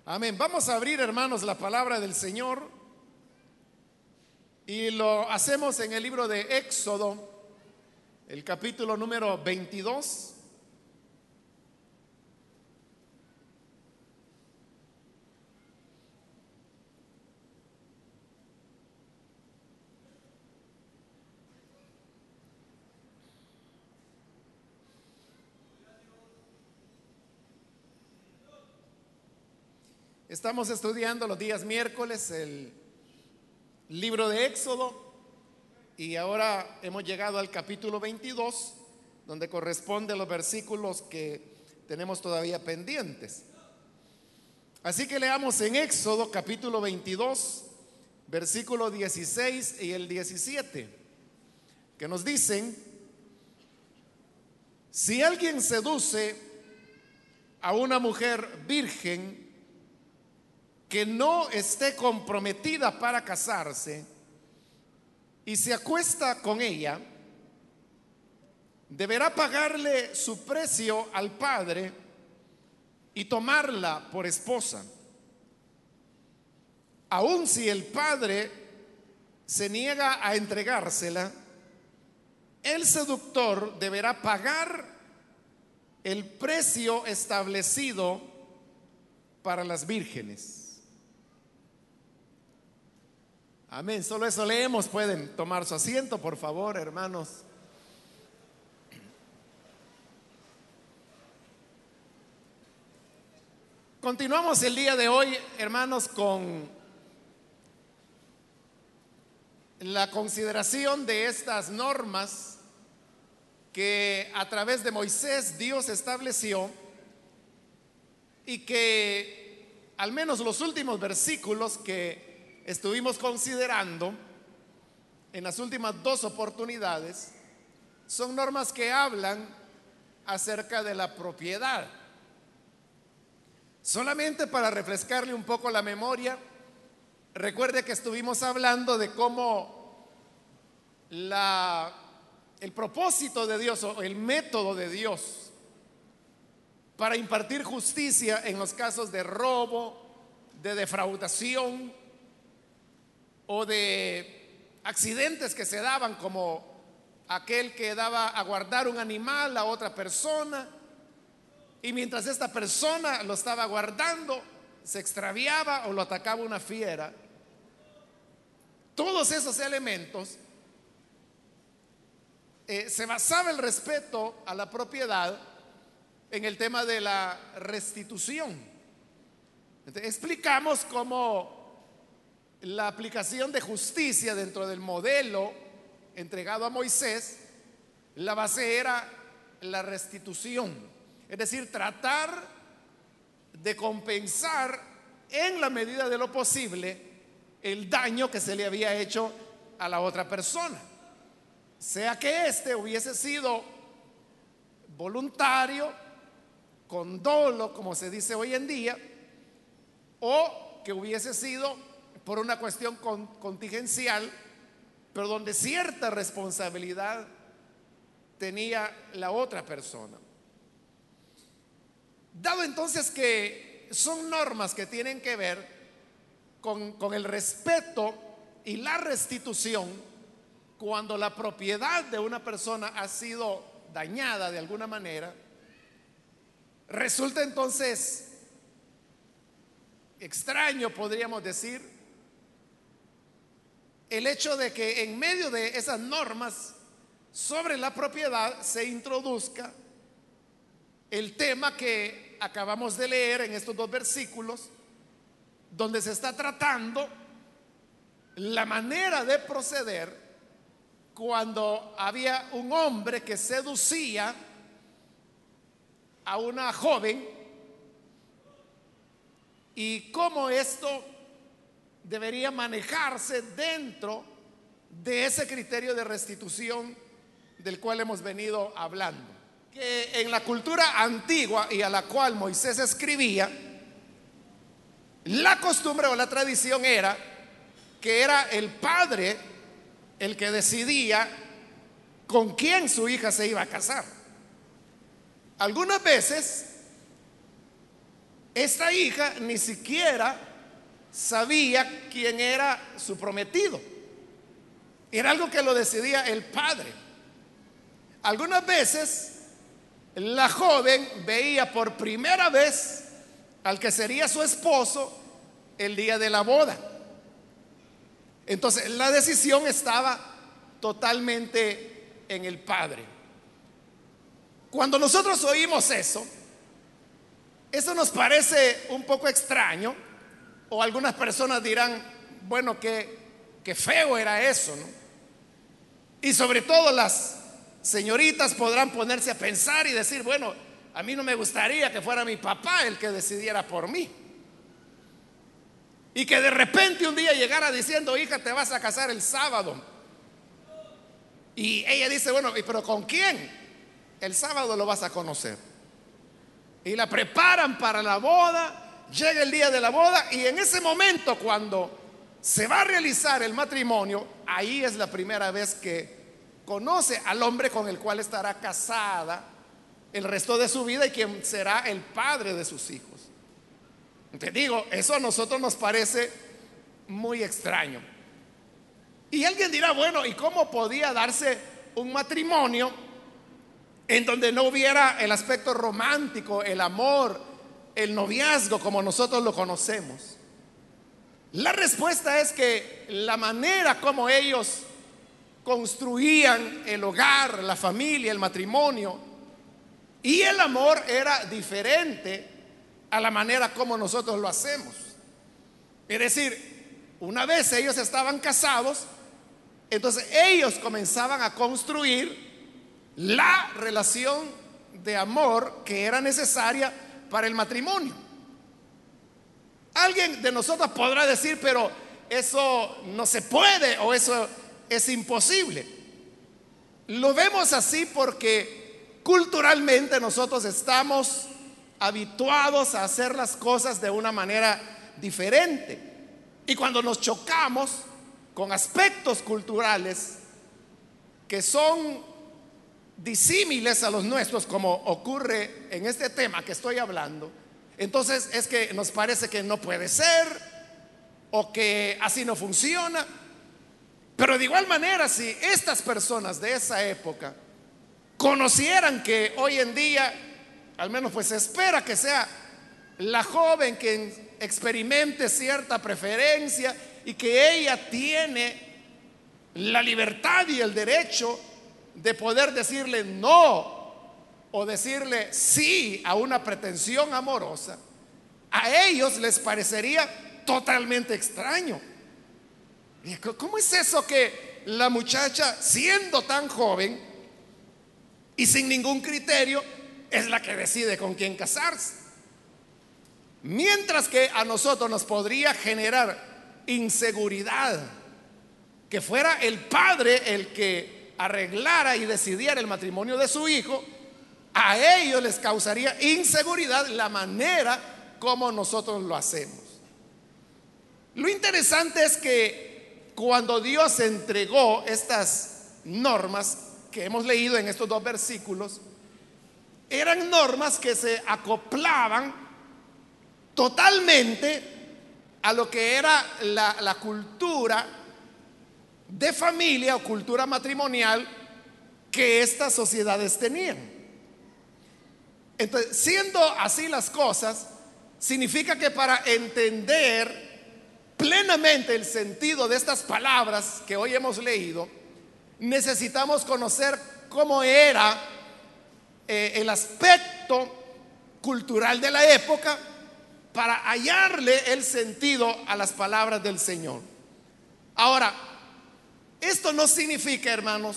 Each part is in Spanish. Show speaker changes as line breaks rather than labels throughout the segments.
Amén. Vamos a abrir, hermanos, la palabra del Señor y lo hacemos en el libro de Éxodo, el capítulo número 22. Estamos estudiando los días miércoles el libro de Éxodo y ahora hemos llegado al capítulo 22, donde corresponde a los versículos que tenemos todavía pendientes. Así que leamos en Éxodo capítulo 22, versículo 16 y el 17, que nos dicen: si alguien seduce a una mujer virgen que no esté comprometida para casarse y se acuesta con ella, deberá pagarle su precio al padre y tomarla por esposa. Aun si el padre se niega a entregársela, el seductor deberá pagar el precio establecido para las vírgenes. Amén. Solo eso leemos. Pueden tomar su asiento, por favor, hermanos. Continuamos el día de hoy, hermanos, con la consideración de estas normas que a través de Moisés Dios estableció y que al menos los últimos versículos que estuvimos considerando en las últimas dos oportunidades son normas que hablan acerca de la propiedad. Solamente para refrescarle un poco la memoria, recuerde que estuvimos hablando de cómo el propósito de Dios o el método de Dios para impartir justicia en los casos de robo, de defraudación o de accidentes que se daban, como aquel que daba a guardar un animal a otra persona y mientras esta persona lo estaba guardando se extraviaba o lo atacaba una fiera. Todos esos elementos se basaba el respeto a la propiedad en el tema de la restitución. Entonces, explicamos cómo la aplicación de justicia dentro del modelo entregado a Moisés, la base era la restitución, es decir, tratar de compensar en la medida de lo posible el daño que se le había hecho a la otra persona, sea que éste hubiese sido voluntario, con dolo, como se dice hoy en día, o que hubiese sido por una cuestión contingencial, pero donde cierta responsabilidad tenía la otra persona. Dado entonces que son normas que tienen que ver con el respeto y la restitución cuando la propiedad de una persona ha sido dañada de alguna manera, resulta entonces extraño, podríamos decir, el hecho de que en medio de esas normas sobre la propiedad se introduzca el tema que acabamos de leer en estos dos versículos, donde se está tratando la manera de proceder cuando había un hombre que seducía a una joven y cómo esto debería manejarse dentro de ese criterio de restitución del cual hemos venido hablando. Que en la cultura antigua y a la cual Moisés escribía, la costumbre o la tradición era que era el padre el que decidía con quién su hija se iba a casar. Algunas veces esta hija ni siquiera sabía quién era su prometido. Era algo que lo decidía el padre. Algunas veces la joven veía por primera vez al que sería su esposo el día de la boda. Entonces la decisión estaba totalmente en el padre. Cuando nosotros oímos eso nos parece un poco extraño, o algunas personas dirán, bueno, qué feo era eso, ¿no? Y sobre todo las señoritas podrán ponerse a pensar y decir, bueno, a mí no me gustaría que fuera mi papá el que decidiera por mí. Y que de repente un día llegara diciendo, hija, te vas a casar el sábado. Y ella dice, bueno, pero ¿con quién? El sábado lo vas a conocer. Y la preparan para la boda, llega el día de la boda y en ese momento cuando se va a realizar el matrimonio, ahí es la primera vez que conoce al hombre con el cual estará casada el resto de su vida y quien será el padre de sus hijos. Te digo, eso a nosotros nos parece muy extraño. Y alguien dirá, bueno, ¿y cómo podía darse un matrimonio en donde no hubiera el aspecto romántico, el amor, el noviazgo como nosotros lo conocemos? La respuesta es que la manera como ellos construían el hogar, la familia, el matrimonio y el amor era diferente a la manera como nosotros lo hacemos. Es decir, una vez ellos estaban casados, entonces ellos comenzaban a construir la relación de amor que era necesaria para el matrimonio. Alguien de nosotros podrá decir, pero eso no se puede o eso es imposible. Lo vemos así porque culturalmente nosotros estamos habituados a hacer las cosas de una manera diferente. Y cuando nos chocamos con aspectos culturales que son disímiles a los nuestros, como ocurre en este tema que estoy hablando, entonces es que nos parece que no puede ser o que así no funciona. Pero de igual manera, si estas personas de esa época conocieran que hoy en día, al menos pues se espera que sea la joven quien experimente cierta preferencia y que ella tiene la libertad y el derecho de poder decirle no o decirle sí a una pretensión amorosa, a ellos les parecería totalmente extraño. ¿Cómo es eso que la muchacha, siendo tan joven y sin ningún criterio, es la que decide con quién casarse? Mientras que a nosotros nos podría generar inseguridad que fuera el padre el que arreglara y decidiera el matrimonio de su hijo, a ellos les causaría inseguridad la manera como nosotros lo hacemos. Lo interesante es que cuando Dios entregó estas normas que hemos leído en estos dos versículos, eran normas que se acoplaban totalmente a lo que era la cultura de familia o cultura matrimonial que estas sociedades tenían. Entonces, siendo así las cosas, significa que para entender plenamente el sentido de estas palabras que hoy hemos leído, necesitamos conocer cómo era el aspecto cultural de la época para hallarle el sentido a las palabras del Señor. Ahora, esto no significa, hermanos,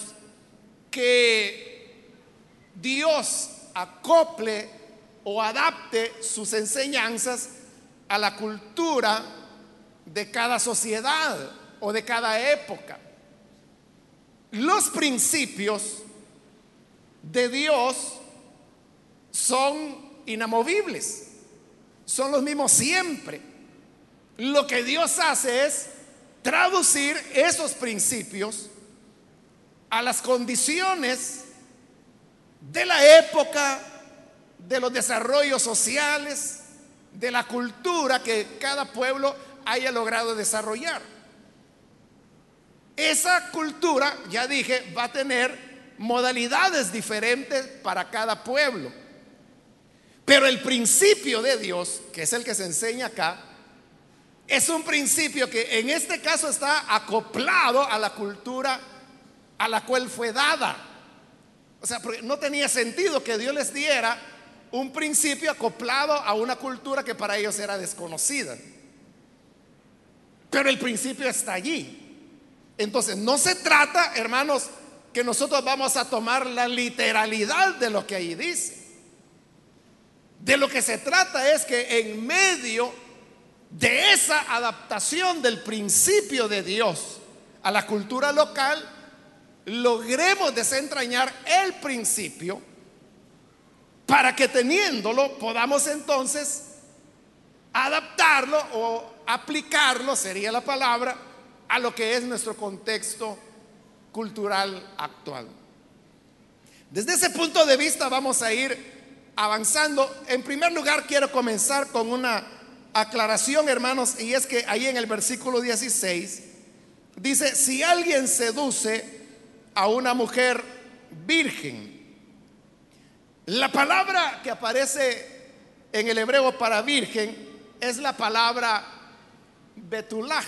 que Dios acople o adapte sus enseñanzas a la cultura de cada sociedad o de cada época. Los principios de Dios son inamovibles, son los mismos siempre. Lo que Dios hace es traducir esos principios a las condiciones de la época, de los desarrollos sociales, de la cultura que cada pueblo haya logrado desarrollar. Esa cultura, ya dije, va a tener modalidades diferentes para cada pueblo. Pero el principio de Dios, que es el que se enseña acá, es un principio que en este caso está acoplado a la cultura a la cual fue dada. O sea, porque no tenía sentido que Dios les diera un principio acoplado a una cultura que para ellos era desconocida. Pero el principio está allí. Entonces, no se trata, hermanos, que nosotros vamos a tomar la literalidad de lo que ahí dice. De lo que se trata es que en medio de esa adaptación del principio de Dios a la cultura local, logremos desentrañar el principio para que teniéndolo podamos entonces adaptarlo o aplicarlo, sería la palabra, a lo que es nuestro contexto cultural actual. Desde ese punto de vista vamos a ir avanzando. En primer lugar, quiero comenzar con una aclaración, hermanos, y es que ahí en el versículo 16 dice: si alguien seduce a una mujer virgen. La palabra que aparece en el hebreo para virgen es la palabra betulaj.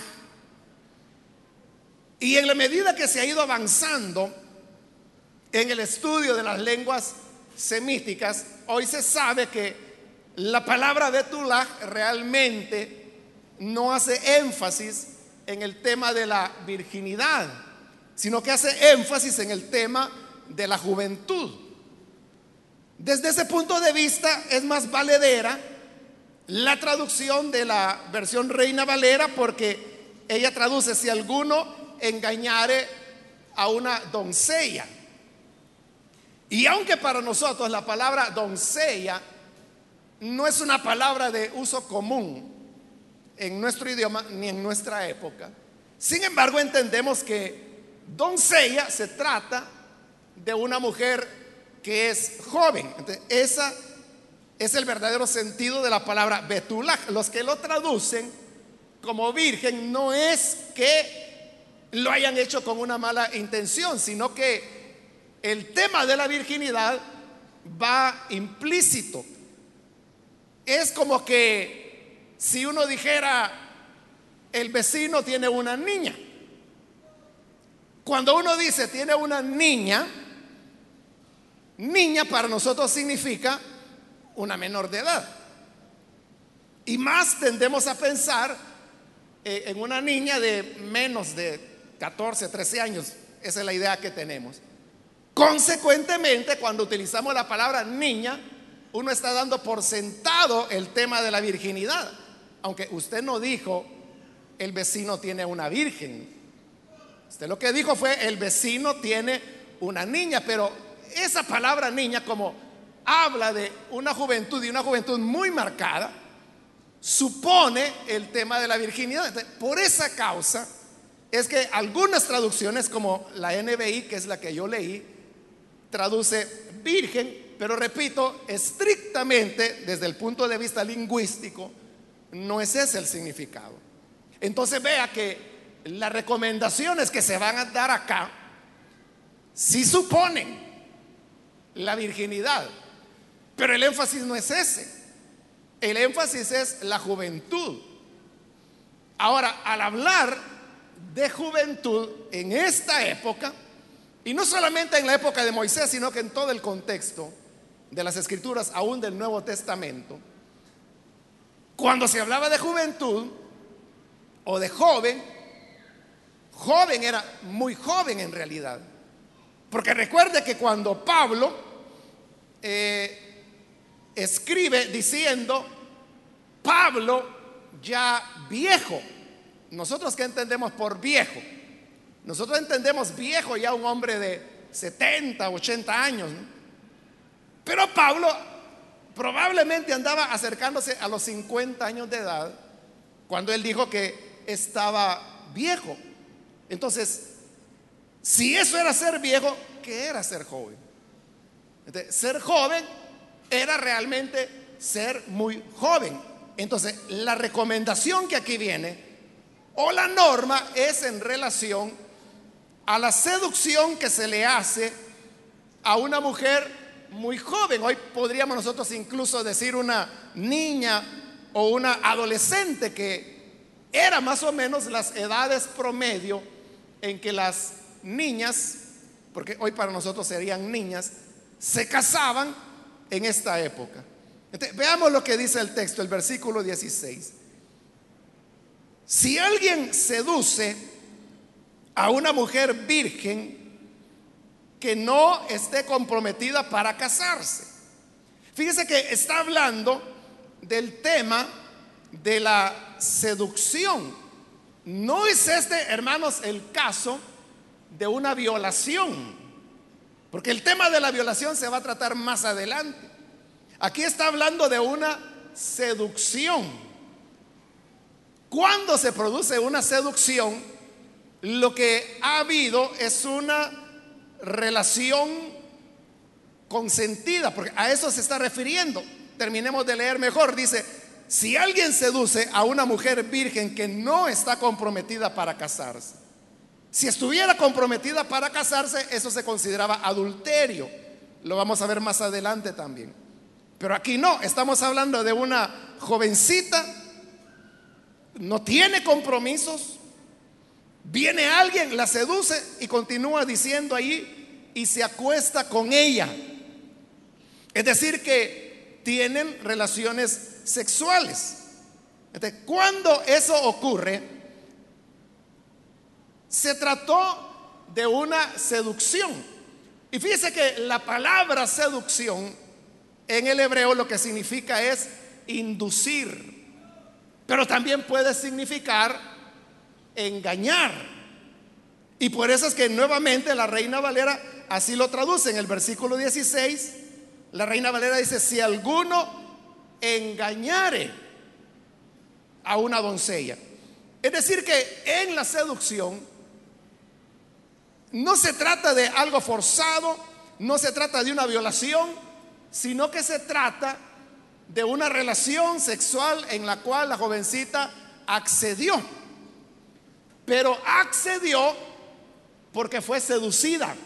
Y en la medida que se ha ido avanzando en el estudio de las lenguas semíticas, hoy se sabe que la palabra betulaj realmente no hace énfasis en el tema de la virginidad, sino que hace énfasis en el tema de la juventud. Desde ese punto de vista es más valedera la traducción de la versión Reina Valera, porque ella traduce: si alguno engañare a una doncella. Y aunque para nosotros la palabra doncella no es una palabra de uso común en nuestro idioma ni en nuestra época, sin embargo entendemos que doncella se trata de una mujer que es joven. Entonces, esa es el verdadero sentido de la palabra betulaj. Los que lo traducen como virgen no es que lo hayan hecho con una mala intención, sino que el tema de la virginidad va implícito. Es como que si uno dijera: el vecino tiene una niña. Cuando uno dice tiene una niña, niña para nosotros significa una menor de edad. Y más tendemos a pensar en una niña de menos de 14, 13 años. Esa es la idea que tenemos. Consecuentemente, cuando utilizamos la palabra niña, uno está dando por sentado el tema de la virginidad, aunque usted no dijo el vecino tiene una virgen. Usted lo que dijo fue el vecino tiene una niña. Pero esa palabra niña, como habla de una juventud y una juventud muy marcada, supone el tema de la virginidad. Entonces, por esa causa es que algunas traducciones, como la NBI, que es la que yo leí, traduce virgen, pero repito, estrictamente desde el punto de vista lingüístico no es ese el significado. Entonces vea que las recomendaciones que se van a dar acá sí suponen la virginidad, pero el énfasis no es ese. El énfasis es la juventud. Ahora, al hablar de juventud en esta época, y no solamente en la época de Moisés, sino que en todo el contexto de las escrituras, aún del Nuevo Testamento, cuando se hablaba de juventud o de joven, joven era muy joven en realidad. Porque recuerde que cuando Pablo escribe diciendo Pablo ya viejo, nosotros ¿qué entendemos por viejo? Nosotros entendemos viejo ya un hombre de 70, 80 años, ¿no? Pero Pablo probablemente andaba acercándose a los 50 años de edad cuando él dijo que estaba viejo. Entonces, si eso era ser viejo, ¿qué era ser joven? Entonces, ser joven era realmente ser muy joven. Entonces, la recomendación que aquí viene, o la norma, es en relación a la seducción que se le hace a una mujer muy joven. Hoy podríamos nosotros incluso decir una niña o una adolescente, que era más o menos las edades promedio en que las niñas, porque hoy para nosotros serían niñas, se casaban en esta época. Entonces, veamos lo que dice el texto, el versículo 16. Si alguien seduce a una mujer virgen que no esté comprometida para casarse. Fíjese que está hablando del tema de la seducción. No es este, hermanos, el caso de una violación, porque el tema de la violación se va a tratar más adelante. Aquí está hablando de una seducción. Cuando se produce una seducción, lo que ha habido es una relación consentida, porque a eso se está refiriendo. Terminemos de leer mejor. Dice: si alguien seduce a una mujer virgen que no está comprometida para casarse. Si estuviera comprometida para casarse, eso se consideraba adulterio. Lo vamos a ver más adelante también. Pero aquí no, estamos hablando de una jovencita, no tiene compromisos, viene alguien, la seduce y continúa diciendo ahí y se acuesta con ella. Es decir, que tienen relaciones sexuales. Entonces, cuando eso ocurre, se trató de una seducción. Y fíjese que la palabra seducción en el hebreo lo que significa es inducir, pero también puede significar engañar. Y por eso es que nuevamente la Reina Valera así lo traduce en el versículo 16. La Reina Valera dice: si alguno engañare a una doncella. Es decir, que en la seducción no se trata de algo forzado, no se trata de una violación, sino que se trata de una relación sexual en la cual la jovencita accedió. Pero accedió porque fue seducida.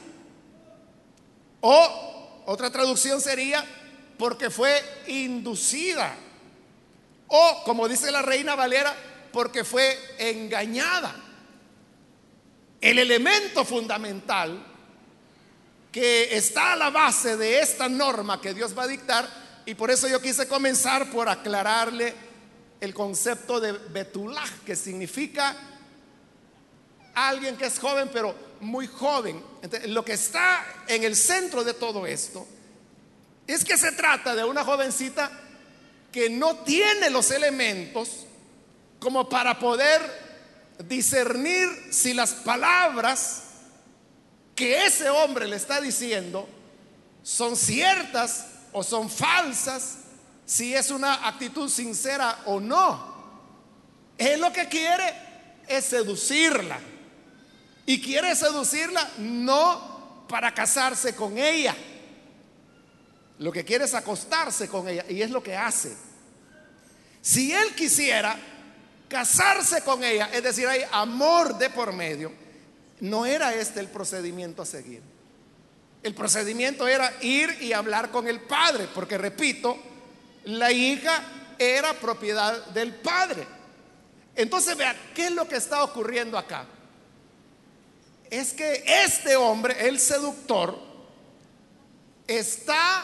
O otra traducción sería porque fue inducida. O, como dice la Reina Valera, porque fue engañada. El elemento fundamental que está a la base de esta norma que Dios va a dictar, y por eso yo quise comenzar por aclararle el concepto de betulá, que significa alguien que es joven, pero muy joven. Entonces, lo que está en el centro de todo esto es que se trata de una jovencita que no tiene los elementos como para poder discernir si las palabras que ese hombre le está diciendo son ciertas o son falsas, si es una actitud sincera o no. Él lo que quiere es seducirla, y quiere seducirla no para casarse con ella. Lo que quiere es acostarse con ella, y es lo que hace. Si él quisiera casarse con ella, es decir, hay amor de por medio, no era este el procedimiento a seguir. El procedimiento era ir y hablar con el padre, porque repito, la hija era propiedad del padre. Entonces, vea, ¿qué es lo que está ocurriendo acá? Es que este hombre, el seductor, está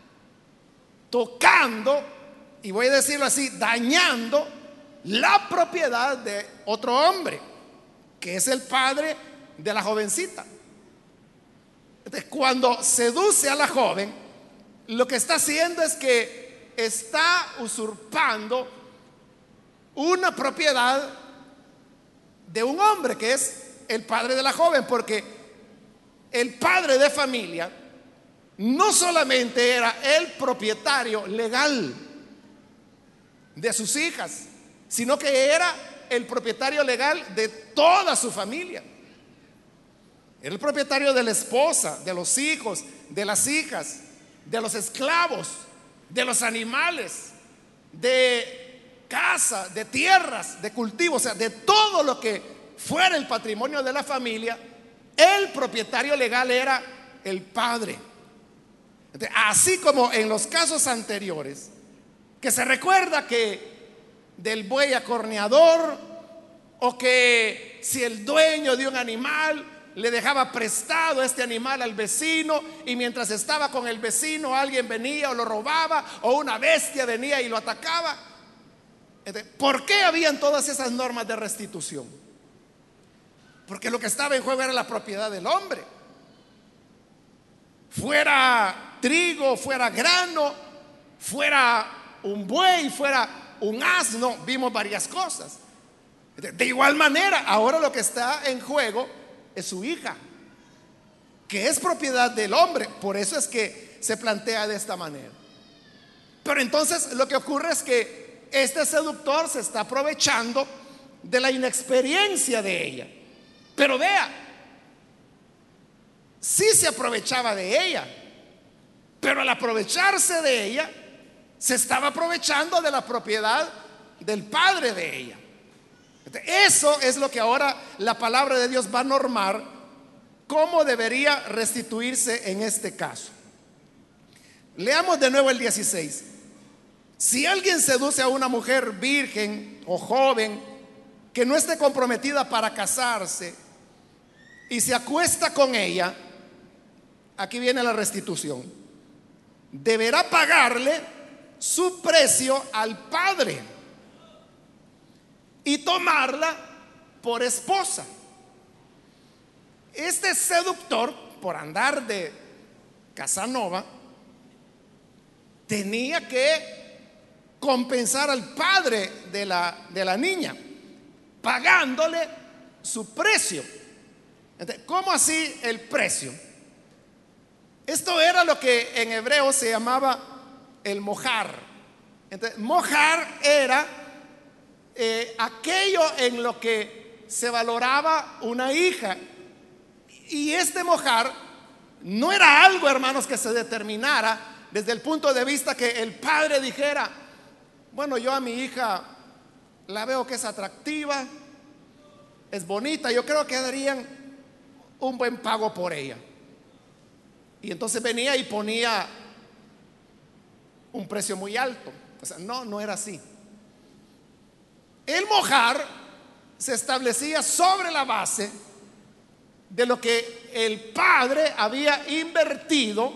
tocando, y voy a decirlo así, dañando la propiedad de otro hombre, que es el padre de la jovencita. Entonces, cuando seduce a la joven, lo que está haciendo es que está usurpando una propiedad de un hombre que es el padre de la joven, porque el padre de familia no solamente era el propietario legal de sus hijas, sino que era el propietario legal de toda su familia. Era el propietario de la esposa, de los hijos, de las hijas, de los esclavos, de los animales, de casa, de tierras, de cultivos, o sea, de todo lo que fuera el patrimonio de la familia, el propietario legal era el padre. Entonces, así como en los casos anteriores, que se recuerda que del buey acorneador, o que si el dueño de un animal le dejaba prestado este animal al vecino, y mientras estaba con el vecino alguien venía o lo robaba, o una bestia venía y lo atacaba. Entonces, ¿por qué habían todas esas normas de restitución? Porque lo que estaba en juego era la propiedad del hombre. Fuera trigo, fuera grano, fuera un buey, fuera un asno, vimos varias cosas. De igual manera, ahora lo que está en juego es su hija, que es propiedad del hombre. Por eso es que se plantea de esta manera. Pero entonces lo que ocurre es que este seductor se está aprovechando de la inexperiencia de ella. Pero vea, sí se aprovechaba de ella, pero al aprovecharse de ella, se estaba aprovechando de la propiedad del padre de ella. Eso es lo que ahora la palabra de Dios va a normar cómo debería restituirse en este caso. Leamos de nuevo el 16. Si alguien seduce a una mujer virgen o joven que no esté comprometida para casarse y se acuesta con ella, aquí viene la restitución. Deberá pagarle su precio al padre y tomarla por esposa. Este seductor, por andar de Casanova, tenía que compensar al padre de la niña, pagándole su precio. Entonces, ¿cómo así el precio? Esto era lo que en hebreo se llamaba el mojar. Entonces, mojar era aquello en lo que se valoraba una hija. Y este mojar no era algo, hermanos, que se determinara desde el punto de vista que el padre dijera: bueno, yo a mi hija la veo que es atractiva, es bonita, yo creo que darían un buen pago por ella. Y entonces venía y ponía un precio muy alto. O sea, no era así. El mojar se establecía sobre la base de lo que el padre había invertido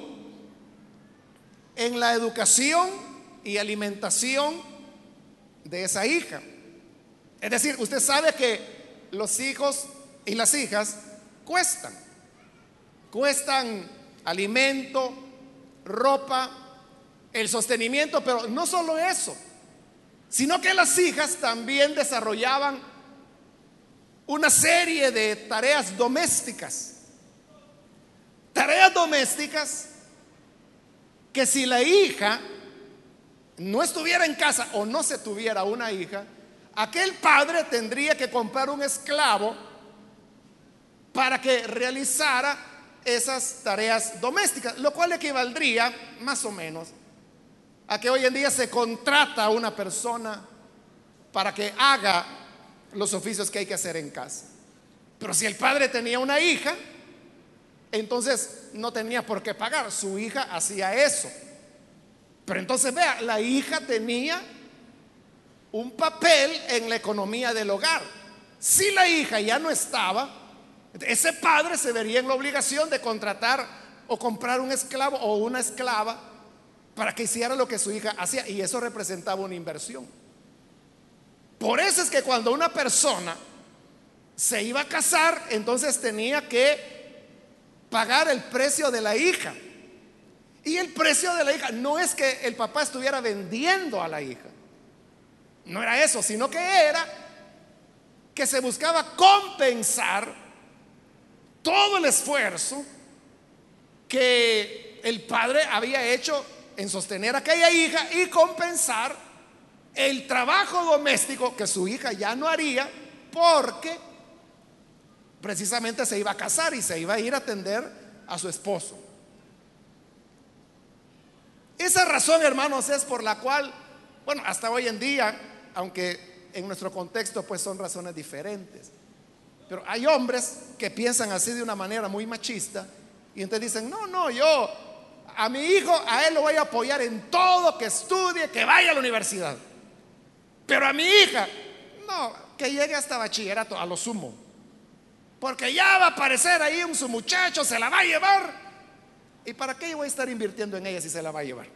en la educación y alimentación de esa hija. Es decir, usted sabe que los hijos y las hijas cuestan alimento, ropa, el sostenimiento, pero no solo eso, sino que las hijas también desarrollaban una serie de tareas domésticas. Tareas domésticas que si la hija no estuviera en casa o no se tuviera una hija, aquel padre tendría que comprar un esclavo para que realizara esas tareas domésticas, lo cual equivaldría más o menos a que hoy en día se contrata a una persona para que haga los oficios que hay que hacer en casa. Pero si el padre tenía una hija, entonces no tenía por qué pagar, su hija hacía eso. Pero entonces vea, la hija tenía un papel en la economía del hogar. Si la hija ya no estaba, ese padre se vería en la obligación de contratar o comprar un esclavo o una esclava para que hiciera lo que su hija hacía, y eso representaba una inversión. Por eso es que cuando una persona se iba a casar, entonces tenía que pagar el precio de la hija. Y el precio de la hija no es que el papá estuviera vendiendo a la hija, no era eso, sino que era que se buscaba compensar todo el esfuerzo que el padre había hecho en sostener a aquella hija y compensar el trabajo doméstico que su hija ya no haría, porque precisamente se iba a casar y se iba a ir a atender a su esposo. Esa razón, hermanos, es por la cual, bueno, hasta hoy en día aunque en nuestro contexto pues son razones diferentes. Pero hay hombres que piensan así de una manera muy machista y entonces dicen, no, no, yo a mi hijo, a él lo voy a apoyar en todo, que estudie, que vaya a la universidad. Pero a mi hija, no, que llegue hasta bachillerato a lo sumo. Porque ya va a aparecer ahí su muchacho, se la va a llevar. ¿Y para qué yo voy a estar invirtiendo en ella si se la va a llevar?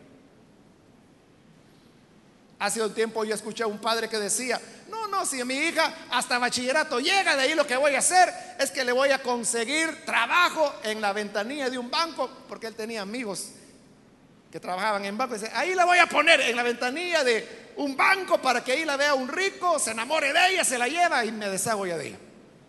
Hace un tiempo yo escuché a un padre que decía, no, no, si mi hija hasta bachillerato llega, de ahí lo que voy a hacer es que le voy a conseguir trabajo en la ventanilla de un banco, porque él tenía amigos que trabajaban en banco. Dice, ahí la voy a poner en la ventanilla de un banco para que ahí la vea un rico, se enamore de ella, se la lleva y me deshago ya de ella.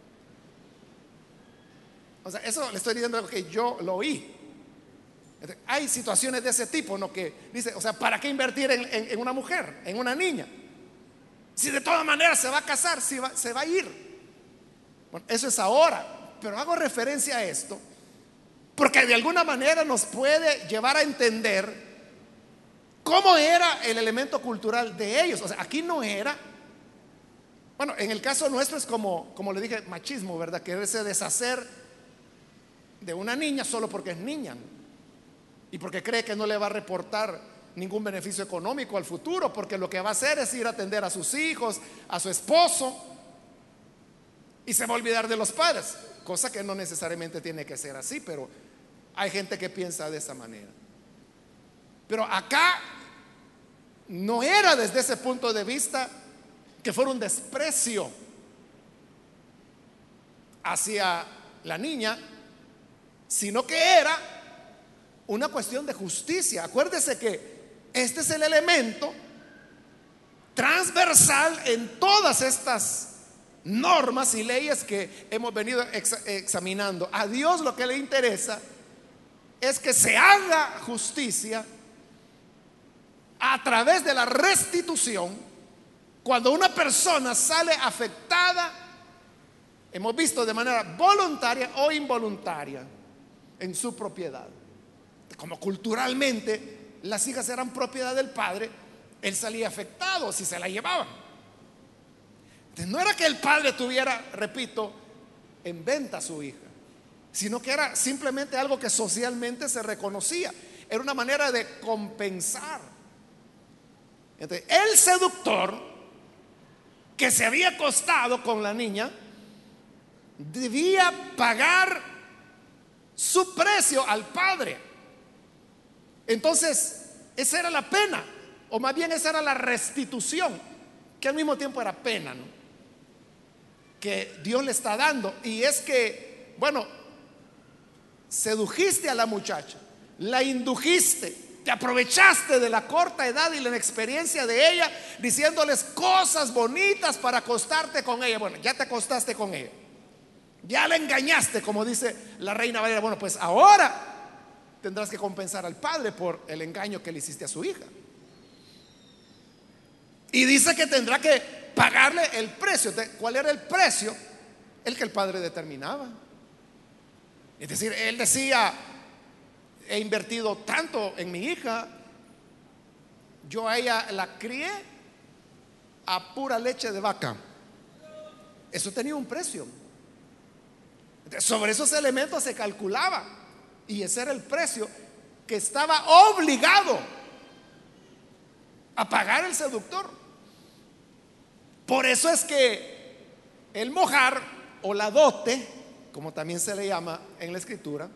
O sea, eso le estoy diciendo algo que yo lo oí. Hay situaciones de ese tipo, ¿no? Que dice, o sea, ¿para qué invertir en una mujer, en una niña? Si de todas maneras se va a casar, si se va a ir. Bueno, eso es ahora, pero hago referencia a esto porque de alguna manera nos puede llevar a entender cómo era el elemento cultural de ellos. O sea, aquí no era, bueno, en el caso nuestro es como le dije, machismo, ¿verdad? Quererse deshacer de una niña solo porque es niña, ¿no? Y porque cree que no le va a reportar ningún beneficio económico al futuro, porque lo que va a hacer es ir a atender a sus hijos, a su esposo, y se va a olvidar de los padres, cosa que no necesariamente tiene que ser así, pero hay gente que piensa de esa manera. Pero acá no era desde ese punto de vista que fuera un desprecio hacia la niña, sino que era una cuestión de justicia. Acuérdese que este es el elemento transversal en todas estas normas y leyes que hemos venido examinando. A Dios lo que le interesa es que se haga justicia a través de la restitución cuando una persona sale afectada, hemos visto, de manera voluntaria o involuntaria en su propiedad. Como culturalmente las hijas eran propiedad del padre, él salía afectado si se la llevaban. Entonces no era que el padre tuviera, repito, en venta a su hija, sino que era simplemente algo que socialmente se reconocía. Era una manera de compensar. Entonces, el seductor que se había acostado con la niña debía pagar su precio al padre. Entonces, esa era la pena, o más bien esa era la restitución, que al mismo tiempo era pena, ¿no? Que Dios le está dando. Y es que, bueno, sedujiste a la muchacha, la indujiste, te aprovechaste de la corta edad y la inexperiencia de ella, diciéndoles cosas bonitas para acostarte con ella. Bueno, ya te acostaste con ella, ya la engañaste, como dice la Reina Valera. Bueno, pues ahora tendrás que compensar al padre por el engaño que le hiciste a su hija. Y dice que tendrá que pagarle el precio. ¿Cuál era el precio? El que el padre determinaba. Es decir, él decía, he invertido tanto en mi hija, yo a ella la crié a pura leche de vaca. Eso tenía un precio. Sobre esos elementos se calculaba. Y ese era el precio que estaba obligado a pagar el seductor. Por eso es que el mojar o la dote, como también se le llama en la escritura,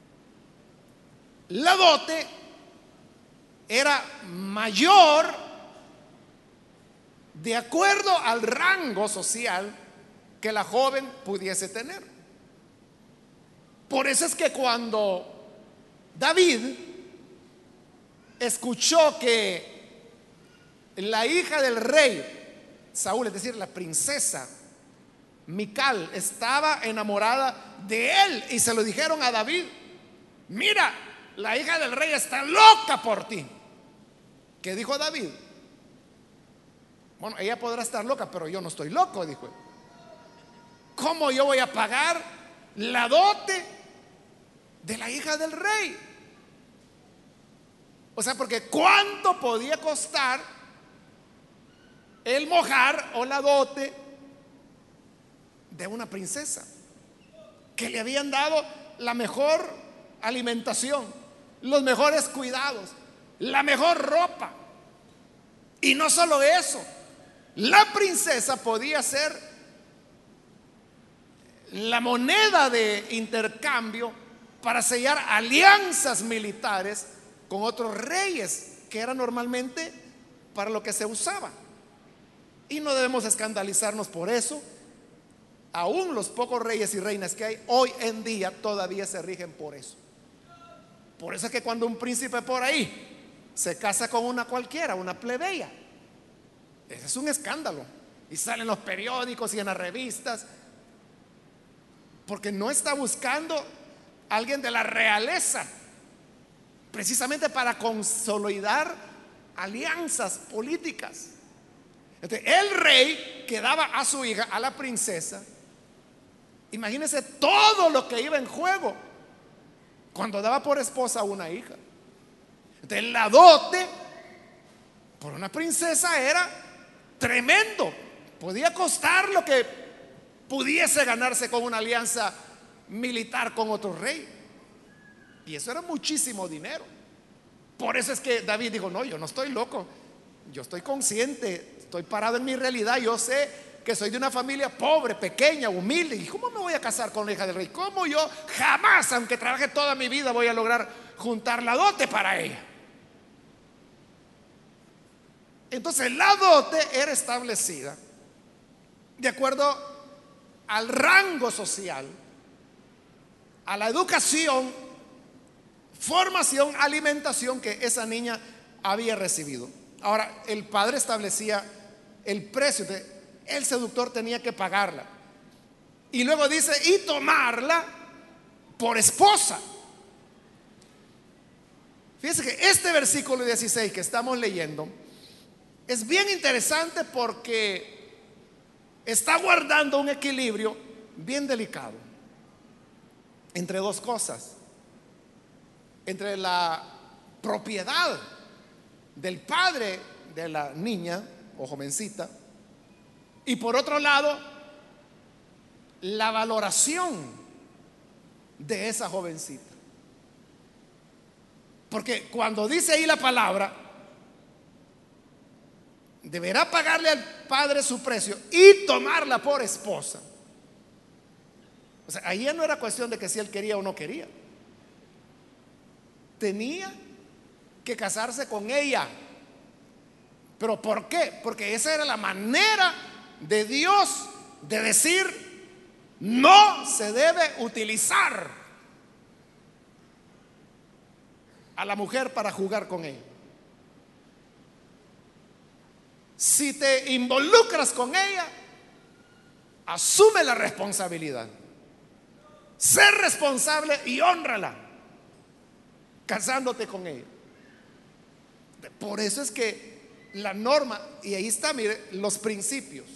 la dote era mayor de acuerdo al rango social que la joven pudiese tener. Por eso es que cuando David escuchó que la hija del rey Saúl, es decir, la princesa Mical, estaba enamorada de él, y se lo dijeron a David: mira, la hija del rey está loca por ti. ¿Qué dijo David? Bueno, ella podrá estar loca, pero yo no estoy loco, dijo. ¿Cómo yo voy a pagar la dote de la hija del rey? O sea, porque ¿cuánto podía costar el mojar o la dote de una princesa, que le habían dado la mejor alimentación, los mejores cuidados, la mejor ropa. Y no solo eso, la princesa podía ser la moneda de intercambio para sellar alianzas militares con otros reyes, que era normalmente para lo que se usaba. Y no debemos escandalizarnos por eso. Aún los pocos reyes y reinas que hay hoy en día todavía se rigen por eso. Por eso es que cuando un príncipe por ahí se casa con una cualquiera, una plebeya, ese es un escándalo. Y salen en los periódicos y en las revistas, porque no está buscando a alguien de la realeza, precisamente para consolidar alianzas políticas. Entonces, el rey que daba a su hija, a la princesa, imagínense todo lo que iba en juego cuando daba por esposa a una hija. Entonces, la dote por una princesa era tremendo. Podía costar lo que pudiese ganarse con una alianza militar con otro rey. Y eso era muchísimo dinero. Por eso es que David dijo: no, yo no estoy loco, yo estoy consciente, estoy parado en mi realidad. Yo sé que soy de una familia pobre, pequeña, humilde. ¿Y cómo me voy a casar con la hija del rey? ¿Cómo yo jamás, aunque trabaje toda mi vida, voy a lograr juntar la dote para ella? Entonces, la dote era establecida de acuerdo al rango social, a la educación, formación, alimentación que esa niña había recibido. Ahora, el padre establecía el precio. El seductor tenía que pagarla. Y luego dice: y tomarla por esposa. Fíjense que este versículo 16 que estamos leyendo es bien interesante, porque está guardando un equilibrio bien delicado entre dos cosas: entre la propiedad del padre de la niña o jovencita, y por otro lado, la valoración de esa jovencita. Porque cuando dice ahí la palabra, deberá pagarle al padre su precio y tomarla por esposa. O sea, ahí ya no era cuestión de que si él quería o no quería. Tenía que casarse con ella. ¿Pero por qué? Porque esa era la manera de Dios de decir: no se debe utilizar a la mujer para jugar con ella. Si te involucras con ella, asume la responsabilidad. Sé responsable y hónrala casándote con ella. Por eso es que la norma, y ahí está, mire, los principios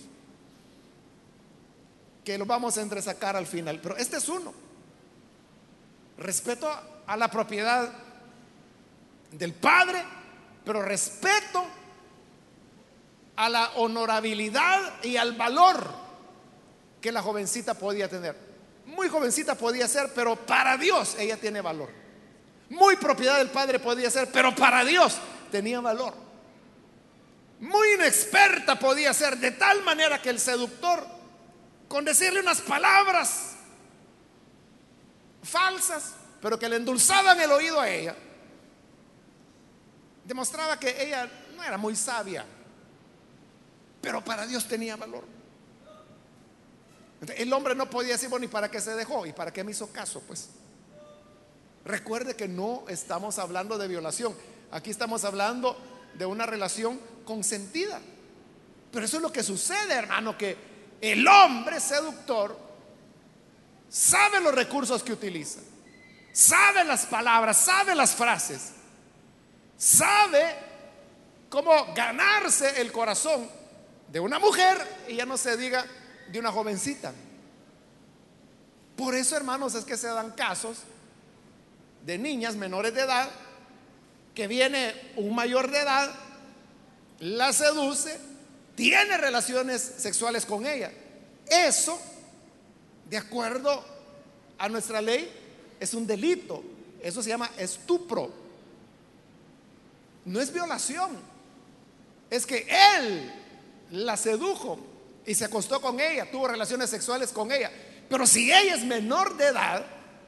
que los vamos a entresacar al final, pero este es uno: respeto a la propiedad del padre, pero respeto a la honorabilidad y al valor que la jovencita podía tener. Muy jovencita podía ser, pero para Dios ella tiene valor. Muy propiedad del padre podía ser, pero para Dios tenía valor. Muy inexperta podía ser, de tal manera que el seductor, con decirle unas palabras falsas, pero que le endulzaban el oído a ella, demostraba que ella no era muy sabia, pero para Dios tenía valor. Entonces, el hombre no podía decir: bueno, ¿y para qué se dejó? ¿Y para qué me hizo caso? Pues recuerde que no estamos hablando de violación. Aquí estamos hablando de una relación consentida. Pero eso es lo que sucede, hermano, que el hombre seductor sabe los recursos que utiliza, sabe las palabras, sabe las frases, sabe cómo ganarse el corazón de una mujer, y ya no se diga de una jovencita. Por eso, hermanos, es que se dan casos de niñas menores de edad, que viene un mayor de edad, la seduce, tiene relaciones sexuales con ella. Eso, de acuerdo a nuestra ley, es un delito. Eso se llama estupro. No es violación. Es que él la sedujo y se acostó con ella, tuvo relaciones sexuales con ella. Pero si ella es menor de edad,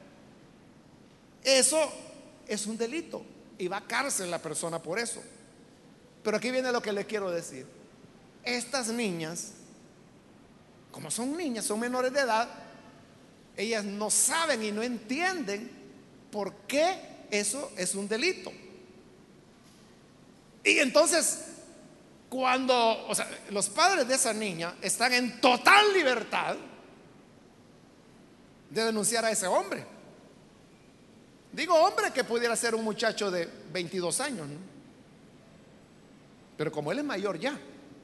eso es un delito y va a cárcel la persona por eso. Pero aquí viene lo que le quiero decir. Estas niñas, como son niñas, son menores de edad, ellas no saben y no entienden por qué eso es un delito. Y entonces, cuando, o sea, los padres de esa niña están en total libertad de denunciar a ese hombre. Digo hombre, que pudiera ser un muchacho de 22 años, ¿no? Pero como él es mayor ya,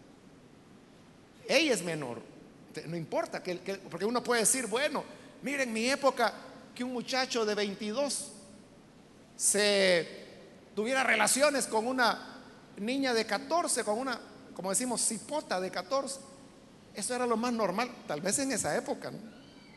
ella es menor, no importa, porque uno puede decir, bueno, miren, en mi época, que un muchacho de 22 se tuviera relaciones con una niña de 14, con una, como decimos, cipota de 14, eso era lo más normal, tal vez en esa época, ¿no?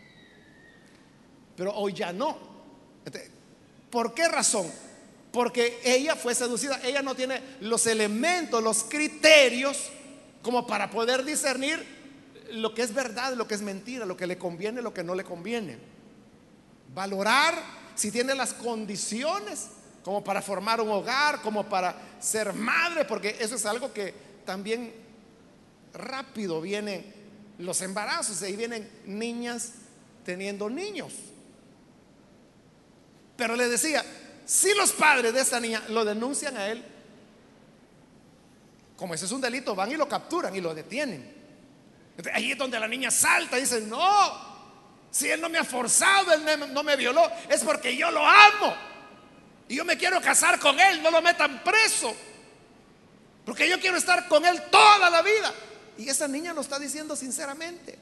Pero hoy ya no. ¿Por qué razón? Porque ella fue seducida. Ella no tiene los elementos, los criterios como para poder discernir lo que es verdad, lo que es mentira, lo que le conviene, lo que no le conviene. Valorar si tiene las condiciones como para formar un hogar, como para ser madre, porque eso es algo que también rápido vienen los embarazos, y vienen niñas teniendo niños. Pero le decía, si los padres de esa niña lo denuncian a él, como ese es un delito, van y lo capturan y lo detienen. Entonces, ahí es donde la niña salta y dice, no, si él no me ha forzado, él no me violó, es porque yo lo amo y yo me quiero casar con él, no lo metan preso, porque yo quiero estar con él toda la vida. Y esa niña lo está diciendo sinceramente,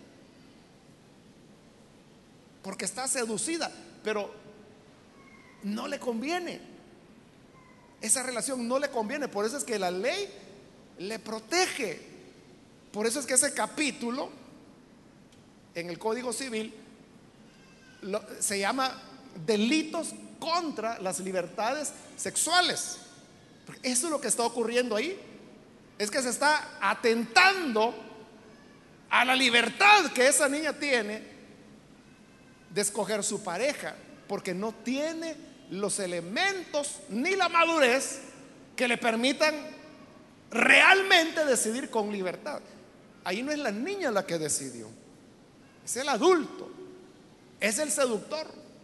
porque está seducida, pero no le conviene. Esa relación no le conviene. Por eso es que la ley le protege. Por eso es que ese capítulo en el Código Civil se llama delitos contra las libertades sexuales. Porque eso es lo que está ocurriendo ahí. Es que se está atentando a la libertad que esa niña tiene de escoger su pareja, porque no tiene los elementos ni la madurez que le permitan realmente decidir con libertad. Ahí no es la niña la que decidió, es el adulto, es el seductor.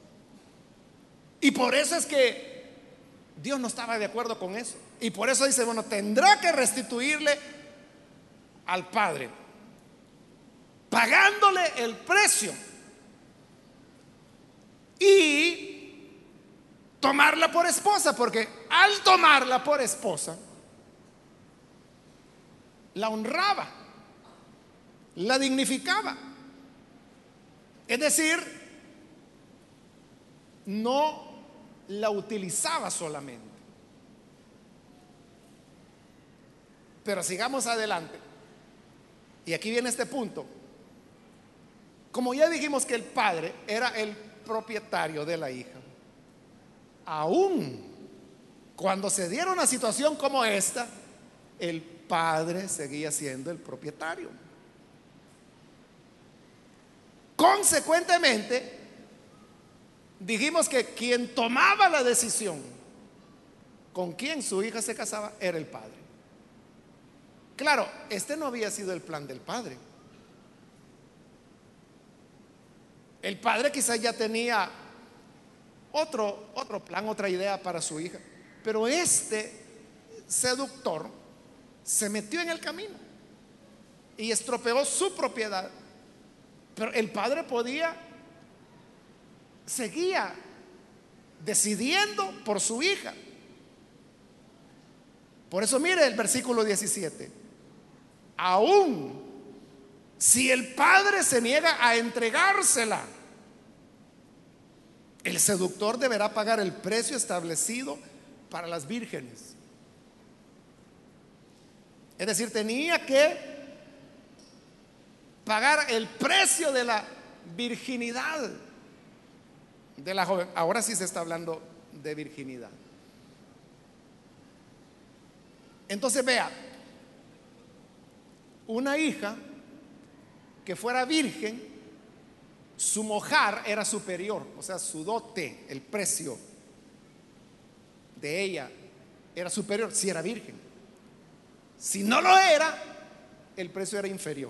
Y por eso es que Dios no estaba de acuerdo con eso. Y por eso dice, bueno, tendrá que restituirle al padre, pagándole el precio, y tomarla por esposa, porque al tomarla por esposa la honraba, la dignificaba. Es decir, no la utilizaba solamente. Pero sigamos adelante. Y aquí viene este punto. Como ya dijimos que el padre era el propietario de la hija, aún cuando se diera una situación como esta, el padre seguía siendo el propietario. Consecuentemente, dijimos que quien tomaba la decisión con quién su hija se casaba era el padre. Claro, este no había sido el plan del padre. El padre quizás ya tenía otro plan, otra idea para su hija, pero este seductor se metió en el camino y estropeó su propiedad. Pero el padre seguía decidiendo por su hija. Por eso mire el versículo 17. Aún si el padre se niega a entregársela, el seductor deberá pagar el precio establecido para las vírgenes. Es decir, tenía que pagar el precio de la virginidad de la joven. Ahora sí se está hablando de virginidad. Entonces vea, una hija que fuera virgen, su mojar era superior, o sea, su dote, el precio de ella era superior si era virgen. Si no lo era, el precio era inferior.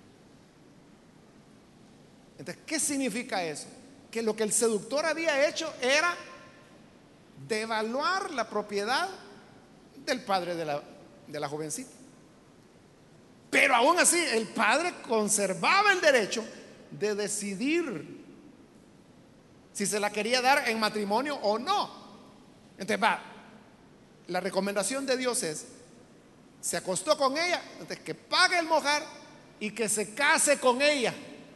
Entonces, ¿qué significa eso? Que lo que el seductor había hecho era devaluar la propiedad del padre de la jovencita. Pero aún así, el padre conservaba el derecho de decidir si se la quería dar en matrimonio o no. Entonces, la recomendación de Dios es: se acostó con ella, entonces que pague el mojar y que se case con ella.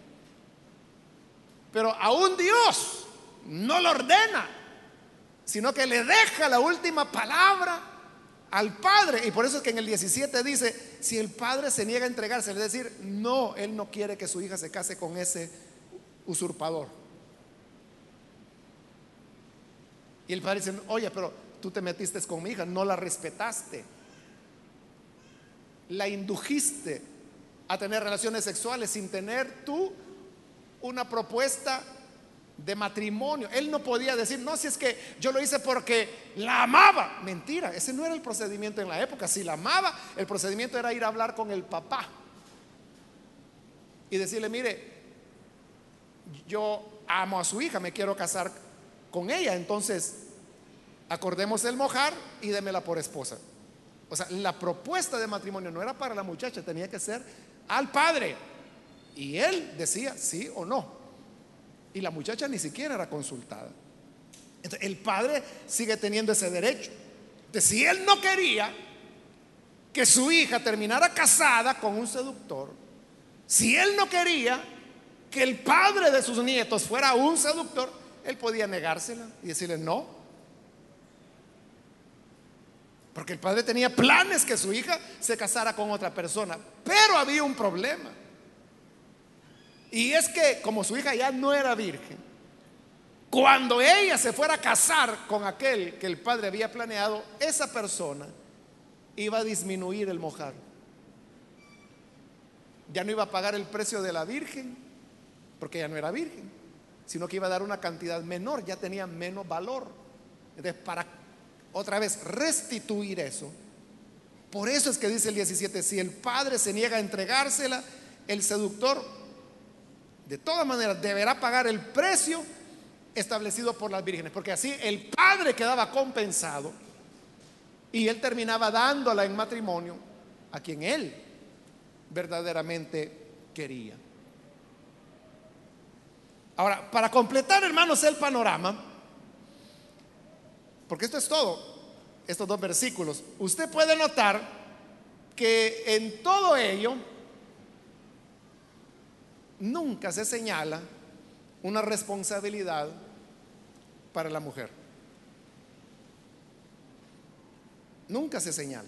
Pero aún Dios no lo ordena, sino que le deja la última palabra al padre. Y por eso es que en el 17 dice: si el padre se niega a entregarse, es decir, no, él no quiere que su hija se case con ese usurpador. Y el padre dice: oye, pero tú te metiste con mi hija, no la respetaste, la indujiste a tener relaciones sexuales sin tener tú una propuesta de matrimonio. Él no podía decir: no, si es que yo lo hice porque la amaba. Mentira, ese no era el procedimiento en la época. Si la amaba, el procedimiento era ir a hablar con el papá y decirle: mire, yo amo a su hija, me quiero casar con ella, entonces acordemos el mojar y démela por esposa. O sea, la propuesta de matrimonio no era para la muchacha, tenía que ser al padre, y él decía sí o no, y la muchacha ni siquiera era consultada. Entonces, el padre sigue teniendo ese derecho. Entonces, si él no quería que su hija terminara casada con un seductor, si él no quería que el padre de sus nietos fuera un seductor, él podía negársela y decirle no, porque el padre tenía planes que su hija se casara con otra persona. Pero había un problema, y es que como su hija ya no era virgen, cuando ella se fuera a casar con aquel que el padre había planeado, esa persona iba a disminuir el mojar. Ya no iba a pagar el precio de la virgen, porque ya no era virgen, sino que iba a dar una cantidad menor, ya tenía menos valor. Entonces, para otra vez restituir eso, por eso es que dice el 17: si el padre se niega a entregársela, el seductor de todas maneras deberá pagar el precio establecido por las vírgenes, porque así el padre quedaba compensado y él terminaba dándola en matrimonio a quien él verdaderamente quería. Ahora, para completar, hermanos, el panorama, porque esto es todo, estos dos versículos, usted puede notar que en todo ello nunca se señala una responsabilidad para la mujer. Nunca se señala.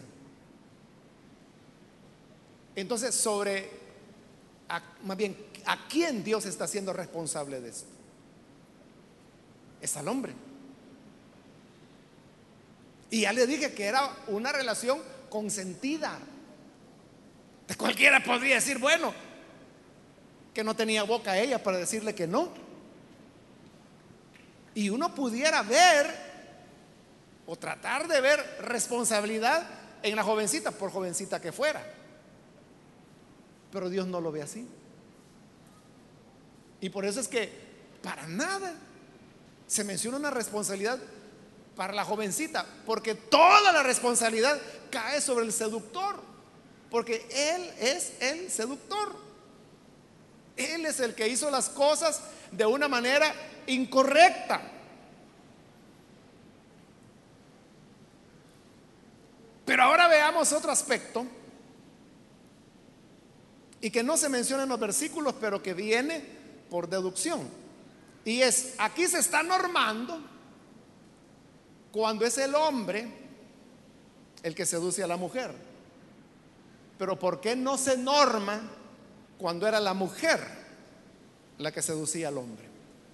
Entonces, más bien, ¿a quién Dios está siendo responsable de esto? Es al hombre. Y ya le dije que era una relación consentida. Cualquiera podría decir, bueno, que no tenía boca ella para decirle que no. Y uno pudiera ver o tratar de ver responsabilidad en la jovencita, por jovencita que fuera. Pero Dios no lo ve así. Y por eso es que para nada se menciona una responsabilidad para la jovencita, porque toda la responsabilidad cae sobre el seductor, porque él es el seductor. Él es el que hizo las cosas de una manera incorrecta. Pero ahora veamos otro aspecto, y que no se menciona en los versículos, pero que viene por deducción. Y es, aquí se está normando cuando es el hombre el que seduce a la mujer. Pero ¿por qué no se norma cuando era la mujer la que seducía al hombre.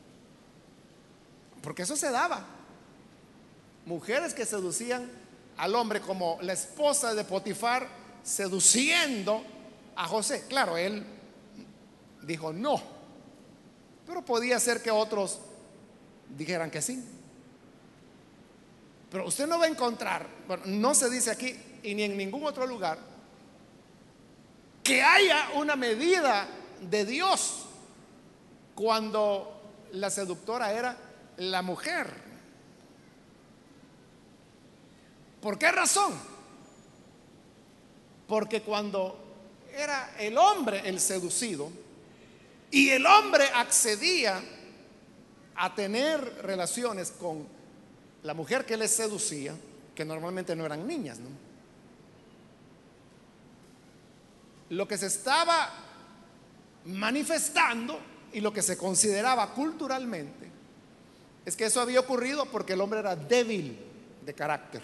Porque eso se daba. Mujeres que seducían al hombre, como la esposa de Potifar seduciendo a José. Claro, él dijo no, pero podía ser que otros dijeran que sí. Pero usted no va a encontrar, bueno, no se dice aquí y ni en ningún otro lugar, que haya una medida de Dios cuando la seductora era la mujer. ¿Por qué razón? Porque cuando era el hombre el seducido y el hombre accedía a tener relaciones con la mujer que le seducía, que normalmente no eran niñas, ¿no? Lo que se estaba manifestando y lo que se consideraba culturalmente es que eso había ocurrido porque el hombre era débil de carácter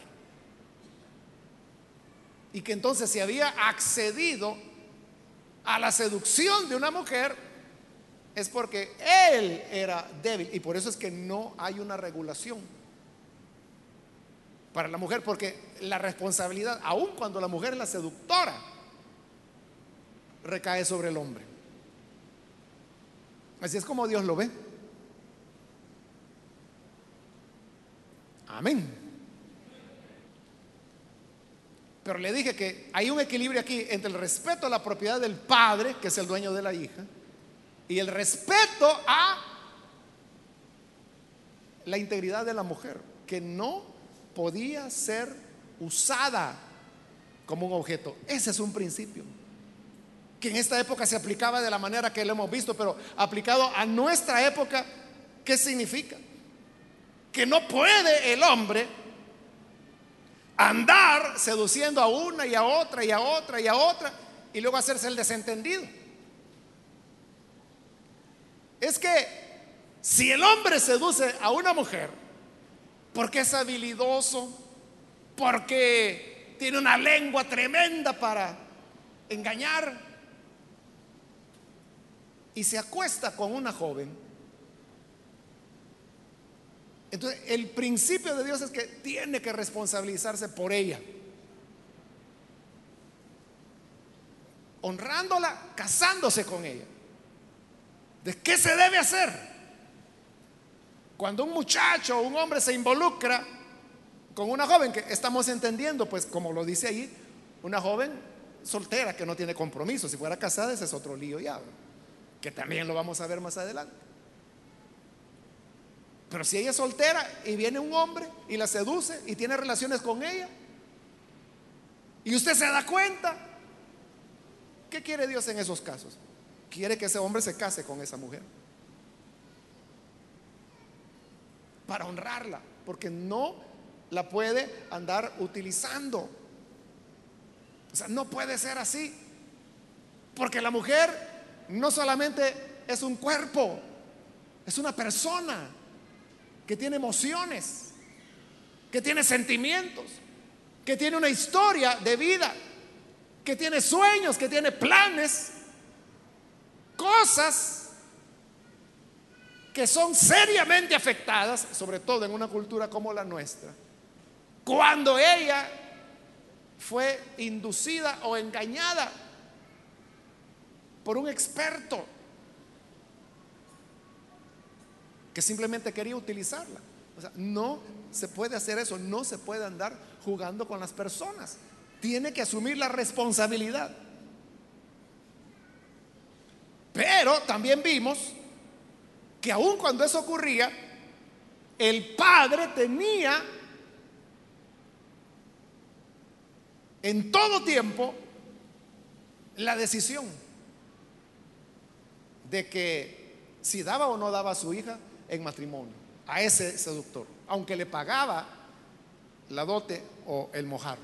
y que entonces si había accedido a la seducción de una mujer es porque él era débil, y por eso es que no hay una regulación para la mujer, porque la responsabilidad, aun cuando la mujer es la seductora, recae sobre el hombre. Así es como Dios lo ve. Amén. Pero le dije que hay un equilibrio aquí entre el respeto a la propiedad del padre, que es el dueño de la hija, y el respeto a la integridad de la mujer, que no podía ser usada como un objeto. Ese es un principio que en esta época se aplicaba de la manera que lo hemos visto, pero aplicado a nuestra época, ¿qué significa? Que no puede el hombre andar seduciendo a una y a otra y a otra y a otra y luego hacerse el desentendido. Es que si el hombre seduce a una mujer porque es habilidoso, porque tiene una lengua tremenda para engañar, y se acuesta con una joven, entonces el principio de Dios es que tiene que responsabilizarse por ella, honrándola, casándose con ella. ¿De qué se debe hacer? Cuando un muchacho o un hombre se involucra con una joven, que estamos entendiendo, pues como lo dice ahí, una joven soltera que no tiene compromiso. Si fuera casada, ese es otro lío ya, que también lo vamos a ver más adelante. Pero si ella es soltera y viene un hombre y la seduce y tiene relaciones con ella, y usted se da cuenta, ¿qué quiere Dios en esos casos? Quiere que ese hombre se case con esa mujer para honrarla, porque no la puede andar utilizando. O sea, no puede ser así, porque la mujer no solamente es un cuerpo, es una persona que tiene emociones, que tiene sentimientos, que tiene una historia de vida, que tiene sueños, que tiene planes, cosas que son seriamente afectadas, sobre todo en una cultura como la nuestra, cuando ella fue inducida o engañada por un experto que simplemente quería utilizarla. O sea, no se puede hacer eso, no se puede andar jugando con las personas. Tiene que asumir la responsabilidad. Pero también vimos que aun cuando eso ocurría, el padre tenía en todo tiempo la decisión de que si daba o no daba a su hija en matrimonio a ese seductor, aunque le pagaba la dote o el mojar.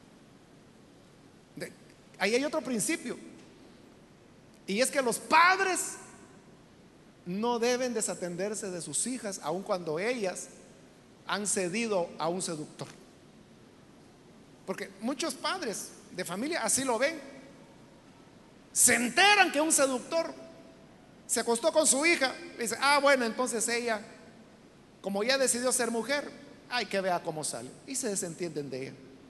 Ahí hay otro principio, y es que los padres no deben desatenderse de sus hijas aun cuando ellas han cedido a un seductor, porque muchos padres de familia así lo ven. Se enteran que un seductor se acostó con su hija. Dice, bueno, entonces ella, como ya decidió ser mujer, hay que vea cómo sale. Y se desentienden de ella.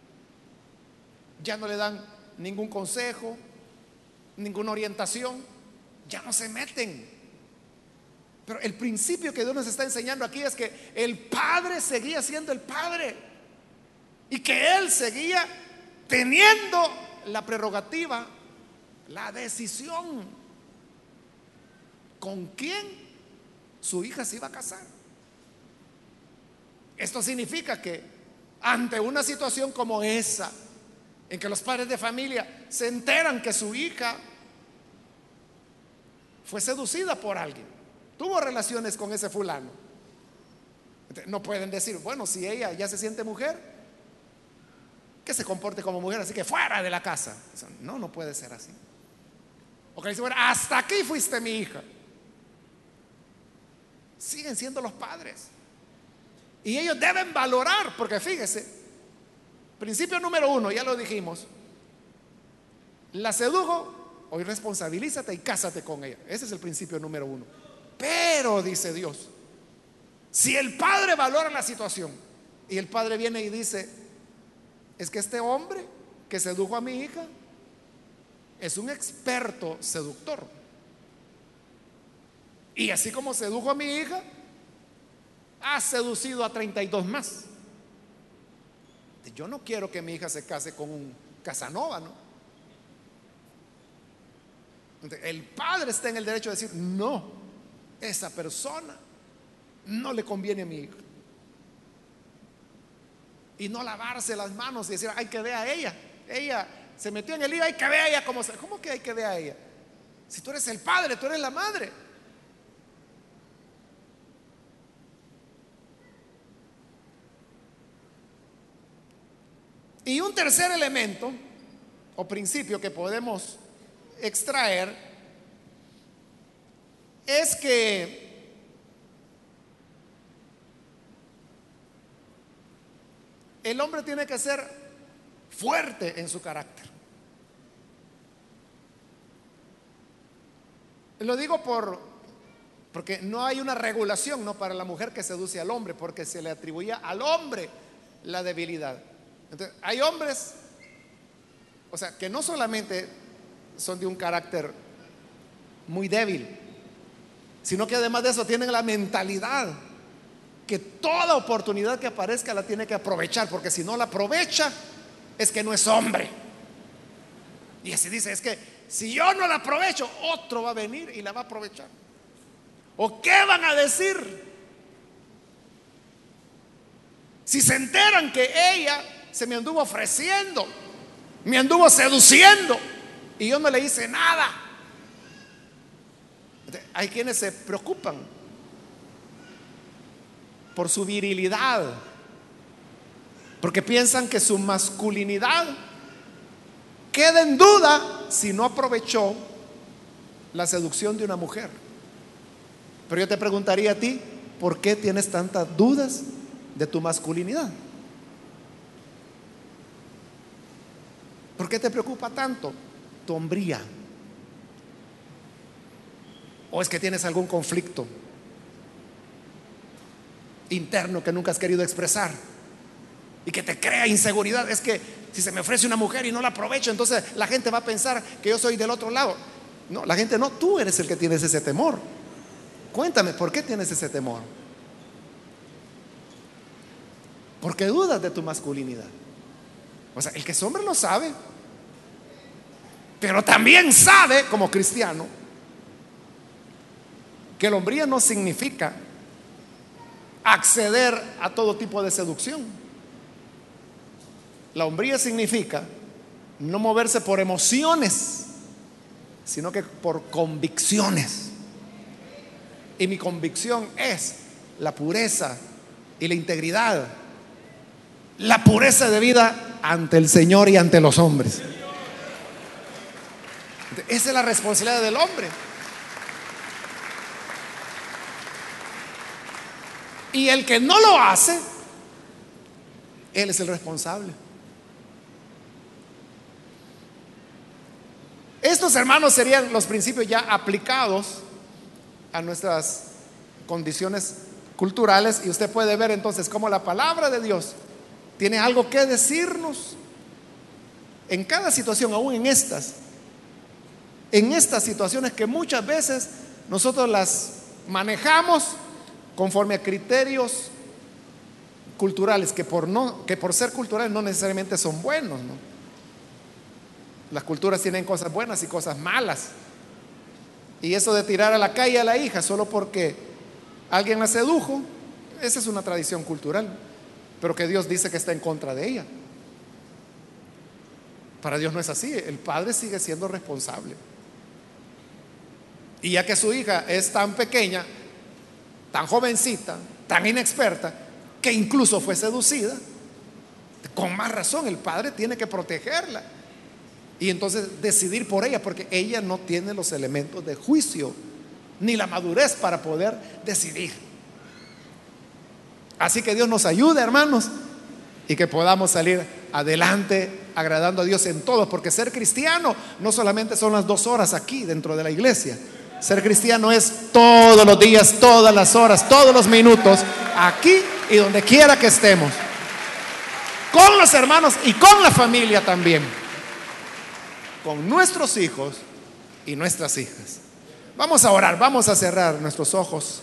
Ya no le dan ningún consejo, ninguna orientación, ya no se meten. Pero el principio que Dios nos está enseñando aquí es que el padre seguía siendo el padre y que él seguía teniendo la prerrogativa, la decisión con quién su hija se iba a casar. Esto significa que ante una situación como esa, en que los padres de familia se enteran que su hija fue seducida por alguien, tuvo relaciones con ese fulano, no pueden decir, bueno, si ella ya se siente mujer, que se comporte como mujer, así que fuera de la casa. No, no puede ser así. O que dice, bueno, hasta aquí fuiste mi hija. Siguen siendo los padres y ellos deben valorar, porque fíjese, principio número 1, ya lo dijimos, la sedujo, hoy responsabilízate y cásate con ella. Ese es el principio número 1. Pero dice Dios, si el padre valora la situación y el padre viene y dice, es que este hombre que sedujo a mi hija es un experto seductor, y así como sedujo a mi hija, ha seducido a 32 más. Yo no quiero que mi hija se case con un Casanova, ¿no? Entonces, el padre está en el derecho de decir, no, esa persona no le conviene a mi hija. Y no lavarse las manos y decir, hay que ver a ella. Ella se metió en el lío, hay que ver a ella. ¿Cómo que hay que ver a ella? Si tú eres el padre, tú eres la madre. Y un tercer elemento o principio que podemos extraer es que el hombre tiene que ser fuerte en su carácter. Lo digo porque no hay una regulación, no, para la mujer que seduce al hombre, porque se le atribuía al hombre la debilidad. Entonces, hay hombres, o sea, que no solamente son de un carácter muy débil, sino que además de eso tienen la mentalidad que toda oportunidad que aparezca la tiene que aprovechar, porque si no la aprovecha es que no es hombre. Y así dice, es que si yo no la aprovecho, otro va a venir y la va a aprovechar. ¿O qué van a decir si se enteran que ella se me anduvo ofreciendo, me anduvo seduciendo y yo no le hice nada? Hay quienes se preocupan por su virilidad, porque piensan que su masculinidad queda en duda si no aprovechó la seducción de una mujer. Pero yo te preguntaría a ti, ¿por qué tienes tantas dudas de tu masculinidad? ¿Por qué te preocupa tanto tu hombría? ¿O es que tienes algún conflicto interno que nunca has querido expresar y que te crea inseguridad? Es que si se me ofrece una mujer y no la aprovecho, entonces la gente va a pensar que yo soy del otro lado. No, la gente no, tú eres el que tienes ese temor. Cuéntame, ¿por qué tienes ese temor? Porque dudas de tu masculinidad. O sea, el que es hombre lo sabe, pero también sabe, como cristiano, que la hombría no significa acceder a todo tipo de seducción. La hombría significa no moverse por emociones, sino que por convicciones. Y mi convicción es la pureza y la integridad, la pureza de vida ante el Señor y ante los hombres. Esa es la responsabilidad del hombre. Y el que no lo hace, él es el responsable. Estos, hermanos, serían los principios ya aplicados a nuestras condiciones culturales, y usted puede ver entonces cómo la palabra de Dios tiene algo que decirnos en cada situación, aún en estas situaciones que muchas veces nosotros las manejamos conforme a criterios culturales que por ser culturales no necesariamente son buenos, ¿no? Las culturas tienen cosas buenas y cosas malas. Y eso de tirar a la calle a la hija solo porque alguien la sedujo, esa es una tradición cultural, pero que Dios dice que está en contra de ella. Para Dios no es así. El padre sigue siendo responsable. Y ya que su hija es tan pequeña, tan jovencita, tan inexperta, que incluso fue seducida, con más razón el padre tiene que protegerla y entonces decidir por ella, porque ella no tiene los elementos de juicio ni la madurez para poder decidir. Así que Dios nos ayude, hermanos, y que podamos salir adelante agradando a Dios en todo, porque ser cristiano no solamente son las 2 horas aquí dentro de la iglesia. Ser cristiano es todos los días, todas las horas, todos los minutos, aquí y donde quiera que estemos, con los hermanos y con la familia también, con nuestros hijos y nuestras hijas. Vamos a orar, vamos a cerrar nuestros ojos.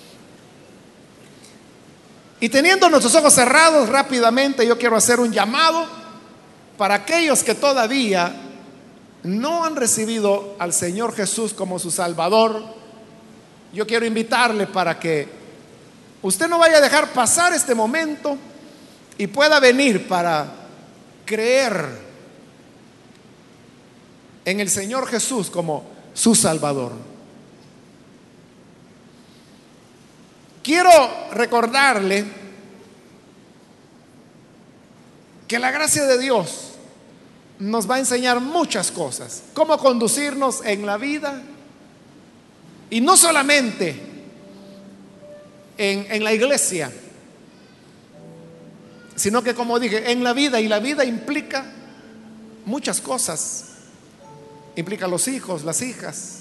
Y teniendo nuestros ojos cerrados, rápidamente yo quiero hacer un llamado para aquellos que todavía no han recibido al Señor Jesús como su Salvador. Yo quiero invitarle para que usted no vaya a dejar pasar este momento y pueda venir para creer en el Señor Jesús como su Salvador. Quiero recordarle que la gracia de Dios nos va a enseñar muchas cosas, cómo conducirnos en la vida, y no solamente en la iglesia, sino que, como dije, en la vida. Y la vida implica muchas cosas, implica los hijos, las hijas.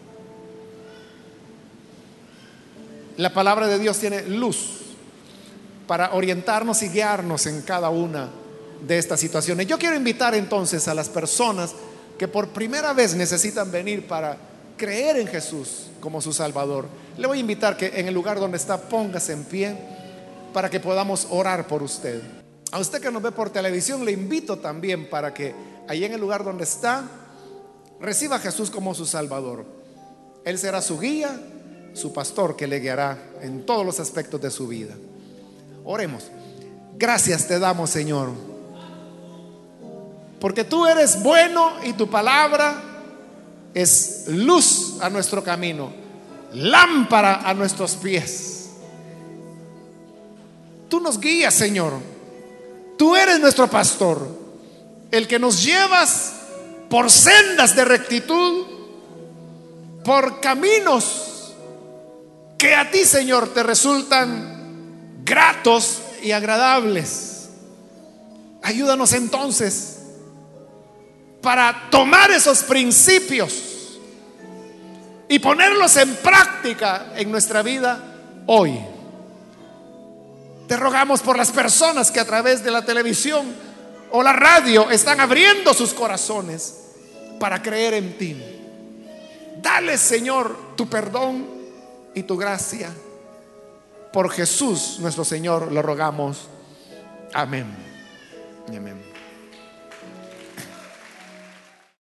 La palabra de Dios tiene luz para orientarnos y guiarnos en cada una de estas situaciones. Yo quiero invitar entonces a las personas que por primera vez necesitan venir para creer en Jesús como su Salvador. Le voy a invitar que en el lugar donde está, póngase en pie para que podamos orar por usted. A usted que nos ve por televisión, le invito también para que ahí en el lugar donde está reciba a Jesús como su Salvador. Él será su guía, su pastor, que le guiará en todos los aspectos de su vida. Oremos. Gracias te damos, Señor, porque tú eres bueno y tu palabra es luz a nuestro camino, lámpara a nuestros pies. Tú nos guías, Señor. Tú eres nuestro pastor, el que nos llevas por sendas de rectitud, por caminos que a ti, Señor, te resultan gratos y agradables. Ayúdanos entonces para tomar esos principios y ponerlos en práctica en nuestra vida hoy. Te rogamos por las personas que a través de la televisión o la radio están abriendo sus corazones para creer en ti. Dale, Señor, tu perdón y tu gracia. Por Jesús nuestro Señor lo rogamos. Amén y amén.